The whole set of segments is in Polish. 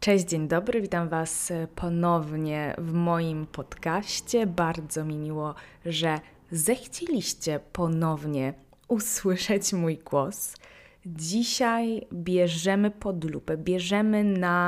Cześć, dzień dobry, witam Was ponownie w moim podcaście. Bardzo mi miło, że zechcieliście ponownie usłyszeć mój głos. Dzisiaj bierzemy pod lupę, bierzemy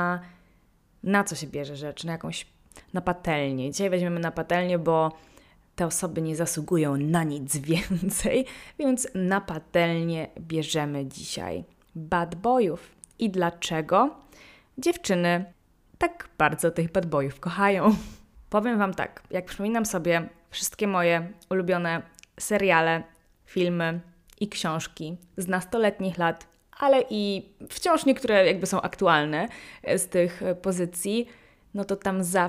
na co się bierze rzecz? Na patelnię. Dzisiaj weźmiemy na patelnię, bo te osoby nie zasługują na nic więcej, więc na patelnię bierzemy dzisiaj bad boyów. I dlaczego? Dziewczyny tak bardzo tych bad boyów kochają. Powiem Wam tak, jak przypominam sobie wszystkie moje ulubione seriale, filmy i książki z nastoletnich lat, ale i wciąż niektóre jakby są aktualne z tych pozycji, no to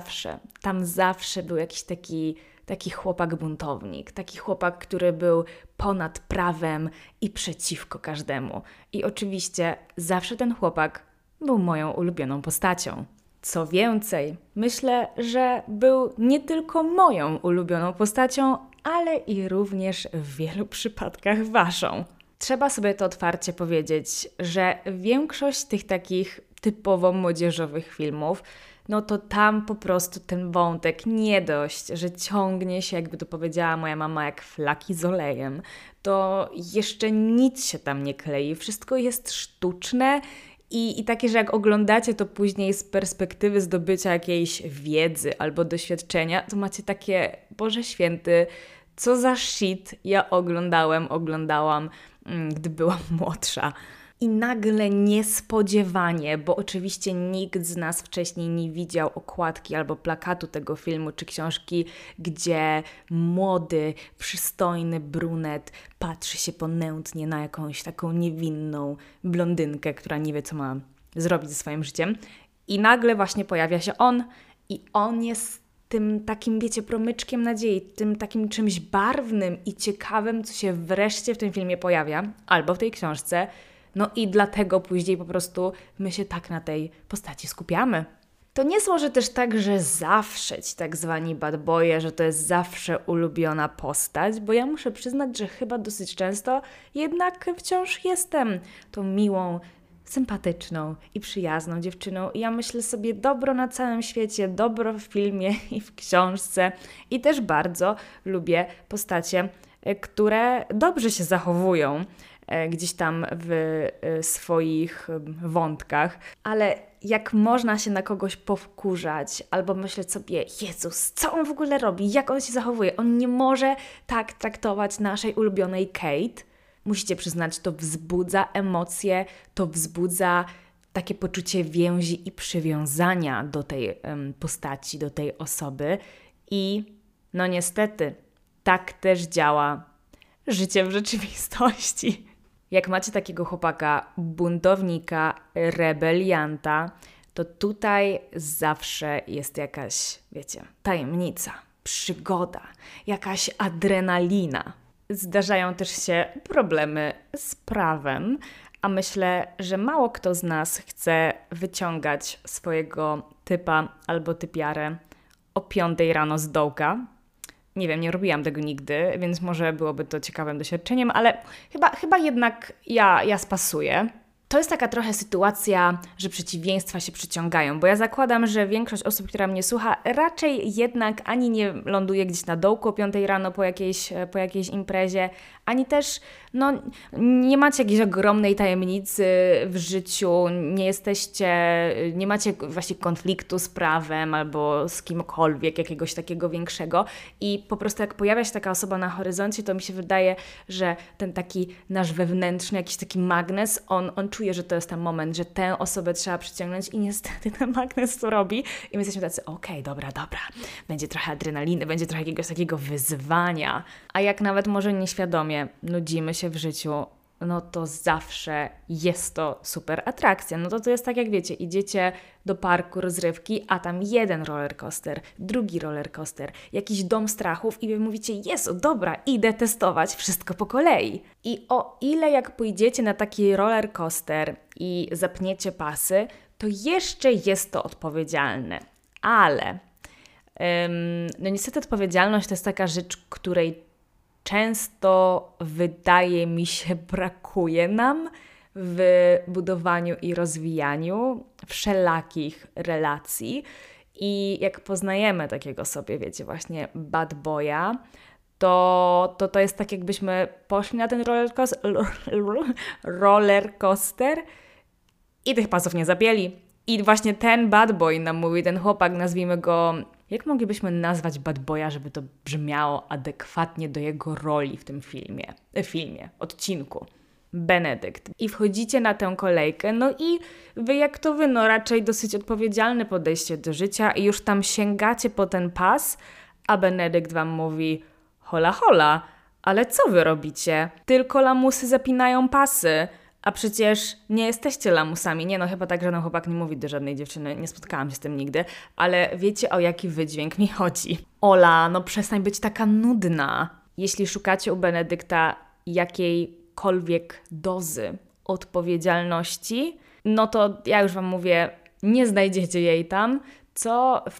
tam zawsze był jakiś taki chłopak buntownik, taki chłopak, który był ponad prawem i przeciwko każdemu. I oczywiście zawsze ten chłopak był moją ulubioną postacią. Co więcej, myślę, że był nie tylko moją ulubioną postacią, ale i również w wielu przypadkach waszą. Trzeba sobie to otwarcie powiedzieć, że większość tych takich typowo młodzieżowych filmów, no to tam po prostu ten wątek nie dość, że ciągnie się, jakby to powiedziała moja mama, jak flaki z olejem, to jeszcze nic się tam nie klei, wszystko jest sztuczne i takie, że jak oglądacie to później z perspektywy zdobycia jakiejś wiedzy albo doświadczenia, to macie takie, Boże Święty, co za shit ja oglądałam, gdy byłam młodsza. I nagle niespodziewanie, bo oczywiście nikt z nas wcześniej nie widział okładki albo plakatu tego filmu czy książki, gdzie młody, przystojny brunet patrzy się ponętnie na jakąś taką niewinną blondynkę, która nie wie, co ma zrobić ze swoim życiem. I nagle właśnie pojawia się on i on jest tym takim, wiecie, promyczkiem nadziei, tym takim czymś barwnym i ciekawym, co się wreszcie w tym filmie pojawia, albo w tej książce. No i dlatego później po prostu my się tak na tej postaci skupiamy. To nie jest może też tak, że zawsze ci tak zwani bad boye, że to jest zawsze ulubiona postać, bo ja muszę przyznać, że chyba dosyć często jednak wciąż jestem tą miłą, sympatyczną i przyjazną dziewczyną. I ja myślę sobie dobro na całym świecie, dobro w filmie i w książce. I też bardzo lubię postacie, które dobrze się zachowują gdzieś tam w swoich wątkach, ale jak można się na kogoś powkurzać albo myśleć sobie, Jezus, co on w ogóle robi, jak on się zachowuje, on nie może tak traktować naszej ulubionej Kate. Musicie przyznać, to wzbudza emocje, to wzbudza takie poczucie więzi i przywiązania do tej postaci, do tej osoby i no niestety tak też działa życie w rzeczywistości. Jak macie takiego chłopaka, buntownika, rebelianta, to tutaj zawsze jest jakaś, wiecie, tajemnica, przygoda, jakaś adrenalina. Zdarzają też się problemy z prawem, a myślę, że mało kto z nas chce wyciągać swojego typa albo typiarę o 5 rano z dołka. Nie wiem, nie robiłam tego nigdy, więc może byłoby to ciekawym doświadczeniem, ale chyba jednak ja spasuję. To jest taka trochę sytuacja, że przeciwieństwa się przyciągają, bo ja zakładam, że większość osób, która mnie słucha, raczej jednak ani nie ląduje gdzieś na dołku o 5 rano po jakiejś imprezie, ani też nie macie jakiejś ogromnej tajemnicy w życiu, nie macie właśnie konfliktu z prawem albo z kimkolwiek, jakiegoś takiego większego i po prostu jak pojawia się taka osoba na horyzoncie, to mi się wydaje, że ten taki nasz wewnętrzny, jakiś taki magnes, on czuje, że to jest ten moment, że tę osobę trzeba przyciągnąć i niestety ten magnes to robi i my jesteśmy tacy, okej, dobra, będzie trochę adrenaliny, będzie trochę jakiegoś takiego wyzwania, a jak nawet może nieświadomie nudzimy się w życiu, no to zawsze jest to super atrakcja. No to jest tak, jak wiecie, idziecie do parku rozrywki, a tam jeden rollercoaster, drugi rollercoaster, jakiś dom strachów i wy mówicie, Jezu, dobra, idę testować wszystko po kolei. I o ile jak pójdziecie na taki rollercoaster i zapniecie pasy, to jeszcze jest to odpowiedzialne. Ale no niestety odpowiedzialność to jest taka rzecz, której często wydaje mi się brakuje nam w budowaniu i rozwijaniu wszelakich relacji. I jak poznajemy takiego sobie, wiecie, właśnie bad boya, to jest tak, jakbyśmy poszli na ten roller coaster i tych pasów nie zapięli. I właśnie ten bad boy nam mówi, ten chłopak, nazwijmy go... Jak moglibyśmy nazwać bad boya, żeby to brzmiało adekwatnie do jego roli w tym odcinku? Benedykt. I wchodzicie na tę kolejkę, no i wy jak to wy, no raczej dosyć odpowiedzialne podejście do życia i już tam sięgacie po ten pas, a Benedykt wam mówi: hola, hola, ale co wy robicie? Tylko lamusy zapinają pasy. A przecież nie jesteście lamusami. Nie, no chyba tak żaden chłopak nie mówi do żadnej dziewczyny. Nie spotkałam się z tym nigdy. Ale wiecie, o jaki wydźwięk mi chodzi. Ola, no przestań być taka nudna. Jeśli szukacie u Benedykta jakiejkolwiek dozy odpowiedzialności, no to ja już wam mówię, nie znajdziecie jej tam, co w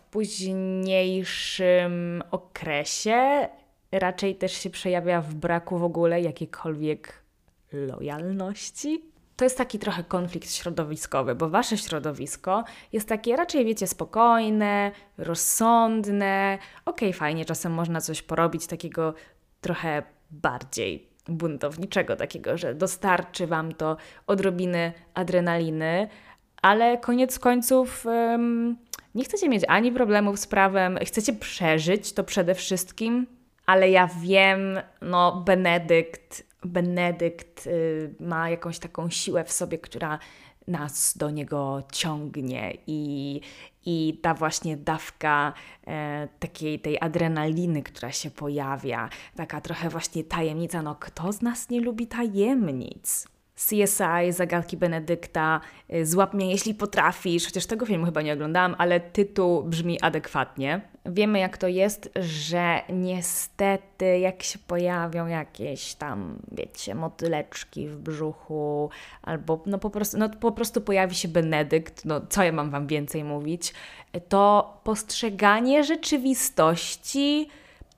późniejszym okresie raczej też się przejawia w braku w ogóle jakiejkolwiek lojalności. To jest taki trochę konflikt środowiskowy, bo wasze środowisko jest takie raczej, wiecie, spokojne, rozsądne. Okej, fajnie, czasem można coś porobić takiego trochę bardziej buntowniczego, takiego, że dostarczy wam to odrobiny adrenaliny, ale koniec końców nie chcecie mieć ani problemów z prawem, chcecie przeżyć to przede wszystkim, ale ja wiem, no Benedykt ma jakąś taką siłę w sobie, która nas do niego ciągnie i ta właśnie dawka tej adrenaliny, która się pojawia, taka trochę właśnie tajemnica, no kto z nas nie lubi tajemnic? CSI, Zagadki Benedykta, Złap mnie jeśli potrafisz, chociaż tego filmu chyba nie oglądałam, ale tytuł brzmi adekwatnie. Wiemy jak to jest, że niestety jak się pojawią jakieś tam, wiecie, motyleczki w brzuchu albo po prostu pojawi się Benedykt, no co ja mam wam więcej mówić, to postrzeganie rzeczywistości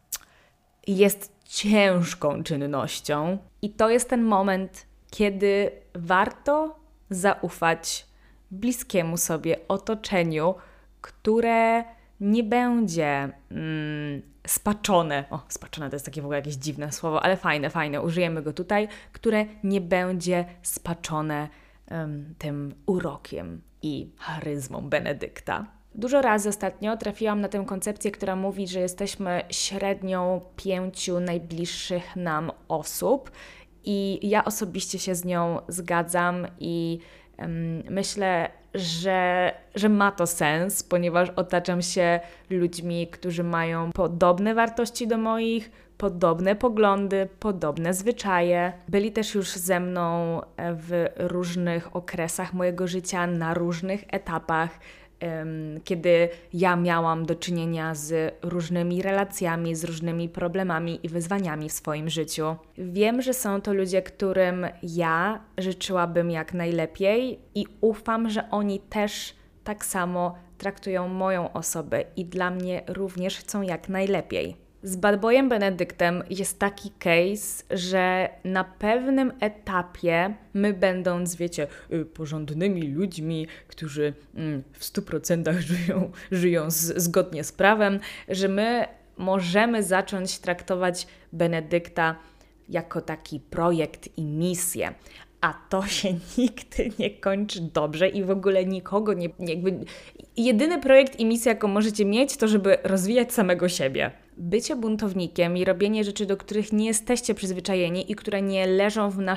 jest ciężką czynnością i to jest ten moment, kiedy warto zaufać bliskiemu sobie otoczeniu, które nie będzie spaczone. O, spaczone to jest takie w ogóle jakieś dziwne słowo, ale fajne, użyjemy go tutaj, które nie będzie spaczone tym urokiem i charyzmą Benedykta. Dużo razy ostatnio trafiłam na tę koncepcję, która mówi, że jesteśmy średnią 5 najbliższych nam osób i ja osobiście się z nią zgadzam i myślę, że ma to sens, ponieważ otaczam się ludźmi, którzy mają podobne wartości do moich, podobne poglądy, podobne zwyczaje. Byli też już ze mną w różnych okresach mojego życia, na różnych etapach, kiedy ja miałam do czynienia z różnymi relacjami, z różnymi problemami i wyzwaniami w swoim życiu. Wiem, że są to ludzie, którym ja życzyłabym jak najlepiej i ufam, że oni też tak samo traktują moją osobę i dla mnie również chcą jak najlepiej. Z Bad Boyem Benedyktem jest taki case, że na pewnym etapie my będąc, wiecie, porządnymi ludźmi, którzy w 100% żyją zgodnie z prawem, że my możemy zacząć traktować Benedykta jako taki projekt i misję. A to się nigdy nie kończy dobrze i w ogóle nikogo nie... Jedyny projekt i misja, jaką możecie mieć, to żeby rozwijać samego siebie. Bycie buntownikiem i robienie rzeczy, do których nie jesteście przyzwyczajeni i które nie leżą w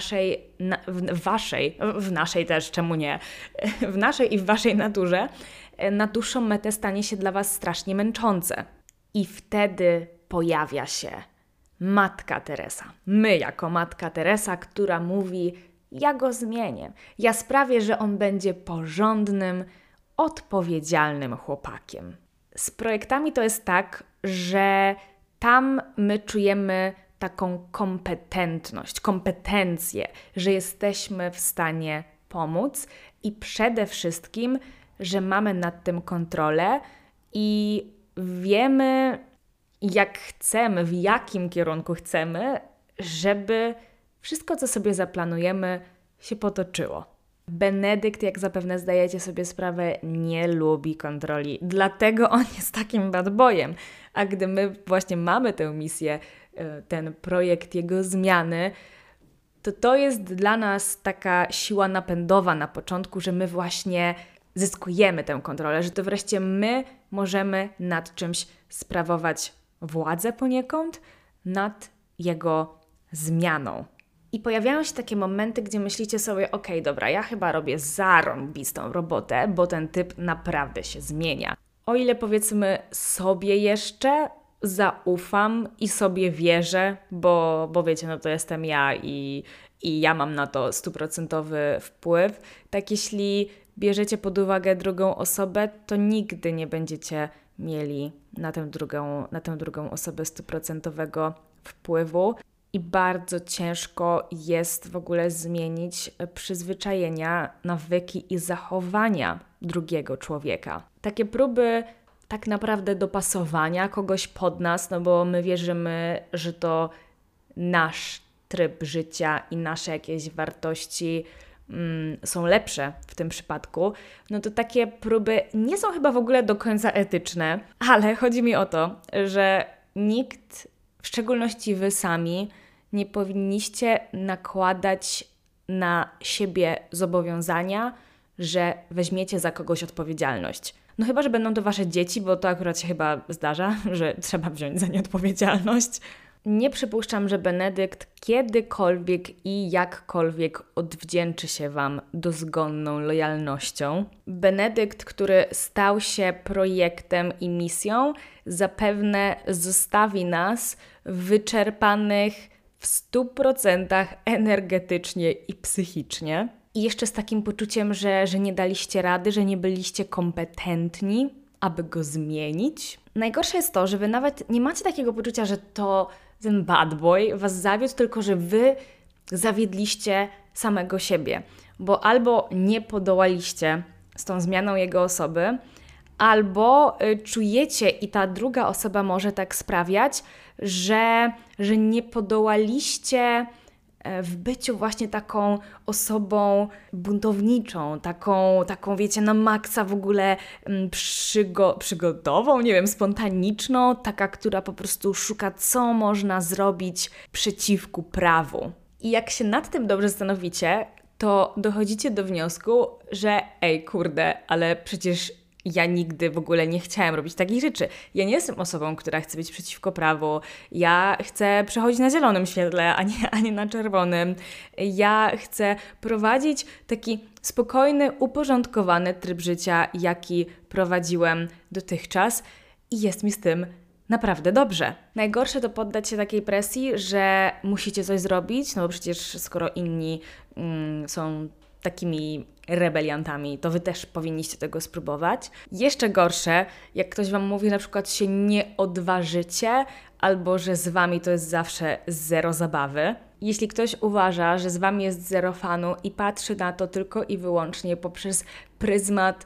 naszej też, czemu nie, w naszej i w waszej naturze, na dłuższą metę stanie się dla was strasznie męczące. I wtedy pojawia się Matka Teresa. My jako Matka Teresa, która mówi: ja go zmienię. Ja sprawię, że on będzie porządnym, odpowiedzialnym chłopakiem. Z projektami to jest tak, że tam my czujemy taką kompetencję, że jesteśmy w stanie pomóc i przede wszystkim, że mamy nad tym kontrolę i wiemy, jak chcemy, w jakim kierunku chcemy, żeby wszystko, co sobie zaplanujemy, się potoczyło. Benedykt, jak zapewne zdajecie sobie sprawę, nie lubi kontroli. Dlatego on jest takim bad boyem. A gdy my właśnie mamy tę misję, ten projekt jego zmiany, to jest dla nas taka siła napędowa na początku, że my właśnie zyskujemy tę kontrolę, że to wreszcie my możemy nad czymś sprawować władzę poniekąd, nad jego zmianą. I pojawiają się takie momenty, gdzie myślicie sobie, okej, dobra, ja chyba robię zarąbistą robotę, bo ten typ naprawdę się zmienia. O ile powiedzmy sobie jeszcze zaufam i sobie wierzę, bo wiecie, no to jestem ja i ja mam na to 100% wpływ, tak jeśli bierzecie pod uwagę drugą osobę, to nigdy nie będziecie mieli na tę drugą osobę 100% wpływu. I bardzo ciężko jest w ogóle zmienić przyzwyczajenia, nawyki i zachowania drugiego człowieka. Takie próby tak naprawdę dopasowania kogoś pod nas, no bo my wierzymy, że to nasz tryb życia i nasze jakieś wartości są lepsze w tym przypadku, no to takie próby nie są chyba w ogóle do końca etyczne, ale chodzi mi o to, że nikt, w szczególności wy sami, nie powinniście nakładać na siebie zobowiązania, że weźmiecie za kogoś odpowiedzialność. No chyba, że będą to wasze dzieci, bo to akurat się chyba zdarza, że trzeba wziąć za nie odpowiedzialność. Nie przypuszczam, że Benedykt kiedykolwiek i jakkolwiek odwdzięczy się wam dozgonną lojalnością. Benedykt, który stał się projektem i misją, zapewne zostawi nas wyczerpanych w 100% energetycznie i psychicznie. I jeszcze z takim poczuciem, że nie daliście rady, że nie byliście kompetentni, aby go zmienić. Najgorsze jest to, że wy nawet nie macie takiego poczucia, że to ten bad boy was zawiódł, tylko że wy zawiedliście samego siebie. Bo albo nie podołaliście z tą zmianą jego osoby, albo czujecie i ta druga osoba może tak sprawiać, że nie podołaliście w byciu właśnie taką osobą buntowniczą, taką wiecie, na maksa w ogóle przygodową, nie wiem, spontaniczną, taka, która po prostu szuka, co można zrobić przeciwko prawu. I jak się nad tym dobrze zastanowicie, to dochodzicie do wniosku, że ej, kurde, ale przecież ja nigdy w ogóle nie chciałem robić takich rzeczy. Ja nie jestem osobą, która chce być przeciwko prawu. Ja chcę przechodzić na zielonym świetle, a nie na czerwonym. Ja chcę prowadzić taki spokojny, uporządkowany tryb życia, jaki prowadziłem dotychczas i jest mi z tym naprawdę dobrze. Najgorsze to poddać się takiej presji, że musicie coś zrobić, no bo przecież skoro inni są takimi rebeliantami, to wy też powinniście tego spróbować. Jeszcze gorsze, jak ktoś wam mówi, że na przykład się nie odważycie, albo że z wami to jest zawsze zero zabawy. Jeśli ktoś uważa, że z wami jest zero fanu i patrzy na to tylko i wyłącznie poprzez pryzmat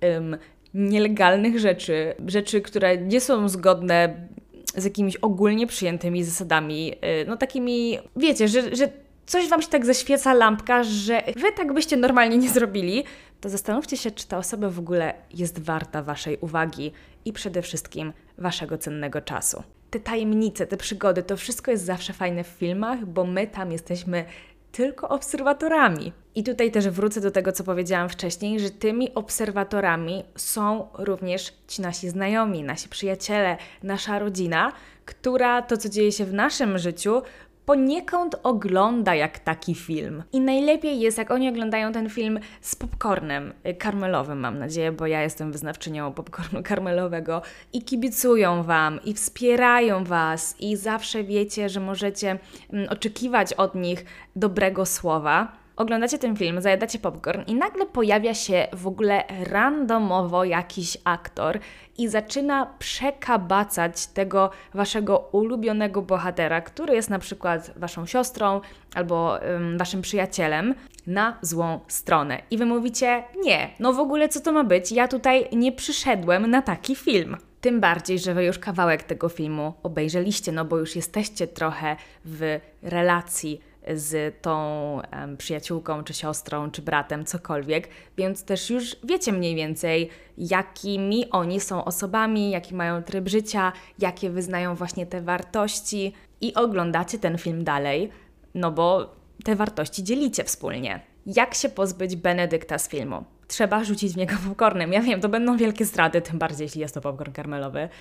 nielegalnych rzeczy, które nie są zgodne z jakimiś ogólnie przyjętymi zasadami, no takimi, wiecie, że coś wam się tak zaświeca lampka, że wy tak byście normalnie nie zrobili, to zastanówcie się, czy ta osoba w ogóle jest warta waszej uwagi i przede wszystkim waszego cennego czasu. Te tajemnice, te przygody, to wszystko jest zawsze fajne w filmach, bo my tam jesteśmy tylko obserwatorami. I tutaj też wrócę do tego, co powiedziałam wcześniej, że tymi obserwatorami są również ci nasi znajomi, nasi przyjaciele, nasza rodzina, która to, co dzieje się w naszym życiu, poniekąd ogląda jak taki film. I najlepiej jest, jak oni oglądają ten film z popcornem karmelowym, mam nadzieję, bo ja jestem wyznawczynią popcornu karmelowego i kibicują wam, i wspierają was, i zawsze wiecie, że możecie oczekiwać od nich dobrego słowa. Oglądacie ten film, zajadacie popcorn i nagle pojawia się w ogóle randomowo jakiś aktor i zaczyna przekabacać tego waszego ulubionego bohatera, który jest na przykład waszą siostrą albo waszym przyjacielem, na złą stronę. I wy mówicie, nie, no w ogóle co to ma być? Ja tutaj nie przyszedłem na taki film. Tym bardziej, że wy już kawałek tego filmu obejrzeliście, no bo już jesteście trochę w relacji z tą przyjaciółką, czy siostrą, czy bratem, cokolwiek, więc też już wiecie mniej więcej, jakimi oni są osobami, jaki mają tryb życia, jakie wyznają właśnie te wartości i oglądacie ten film dalej, no bo te wartości dzielicie wspólnie. Jak się pozbyć Benedykta z filmu? Trzeba rzucić w niego popcornem. Ja wiem, to będą wielkie straty, tym bardziej jeśli jest to popcorn karmelowy,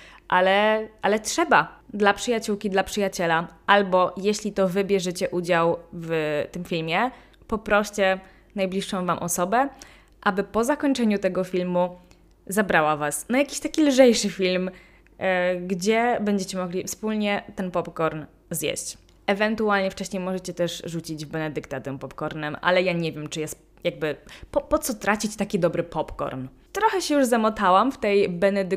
ale trzeba. Dla przyjaciółki, dla przyjaciela, albo jeśli to wy bierzecie udział w tym filmie, poproście najbliższą wam osobę, aby po zakończeniu tego filmu zabrała was na jakiś taki lżejszy film, gdzie będziecie mogli wspólnie ten popcorn zjeść. Ewentualnie wcześniej możecie też rzucić w Benedykta tym popcornem, ale ja nie wiem, czy jest jakby, po co tracić taki dobry popcorn. Trochę się już zamotałam w tej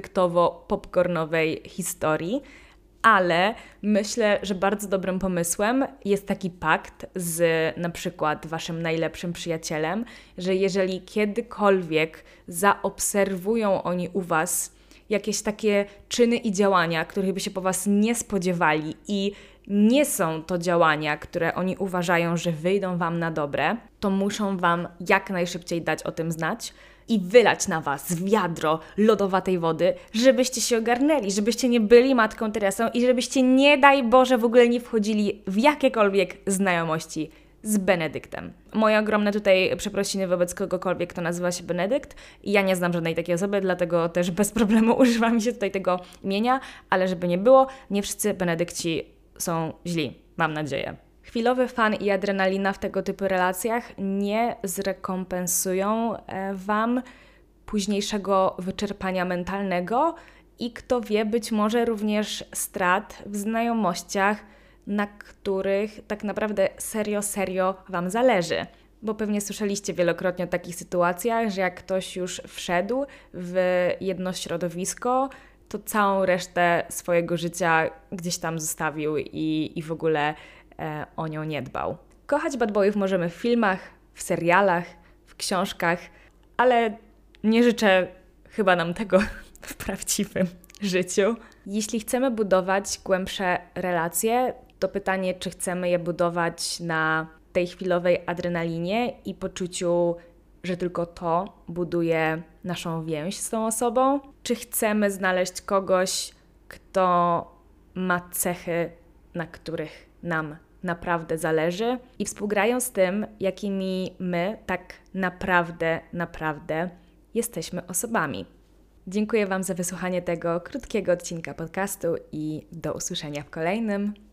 benedyktowo-popcornowej historii, ale myślę, że bardzo dobrym pomysłem jest taki pakt z na przykład waszym najlepszym przyjacielem, że jeżeli kiedykolwiek zaobserwują oni u was jakieś takie czyny i działania, których by się po was nie spodziewali i nie są to działania, które oni uważają, że wyjdą wam na dobre, to muszą wam jak najszybciej dać o tym znać i wylać na was wiadro lodowatej wody, żebyście się ogarnęli, żebyście nie byli Matką Teresą i żebyście, nie daj Boże, w ogóle nie wchodzili w jakiekolwiek znajomości z Benedyktem. Moje ogromne tutaj przeprosiny wobec kogokolwiek, kto nazywa się Benedykt. Ja nie znam żadnej takiej osoby, dlatego też bez problemu używa mi się tutaj tego imienia, ale żeby nie było, nie wszyscy Benedykci są źli, mam nadzieję. Chwilowy fan i adrenalina w tego typu relacjach nie zrekompensują wam późniejszego wyczerpania mentalnego i kto wie, być może również strat w znajomościach, na których tak naprawdę serio wam zależy. Bo pewnie słyszeliście wielokrotnie o takich sytuacjach, że jak ktoś już wszedł w jedno środowisko, to całą resztę swojego życia gdzieś tam zostawił i w ogóle o nią nie dbał. Kochać bad boyów możemy w filmach, w serialach, w książkach, ale nie życzę chyba nam tego w prawdziwym życiu. Jeśli chcemy budować głębsze relacje, to pytanie, czy chcemy je budować na tej chwilowej adrenalinie i poczuciu, że tylko to buduje naszą więź z tą osobą, czy chcemy znaleźć kogoś, kto ma cechy, na których nam naprawdę zależy i współgrają z tym, jakimi my tak naprawdę jesteśmy osobami. Dziękuję Wam za wysłuchanie tego krótkiego odcinka podcastu i do usłyszenia w kolejnym.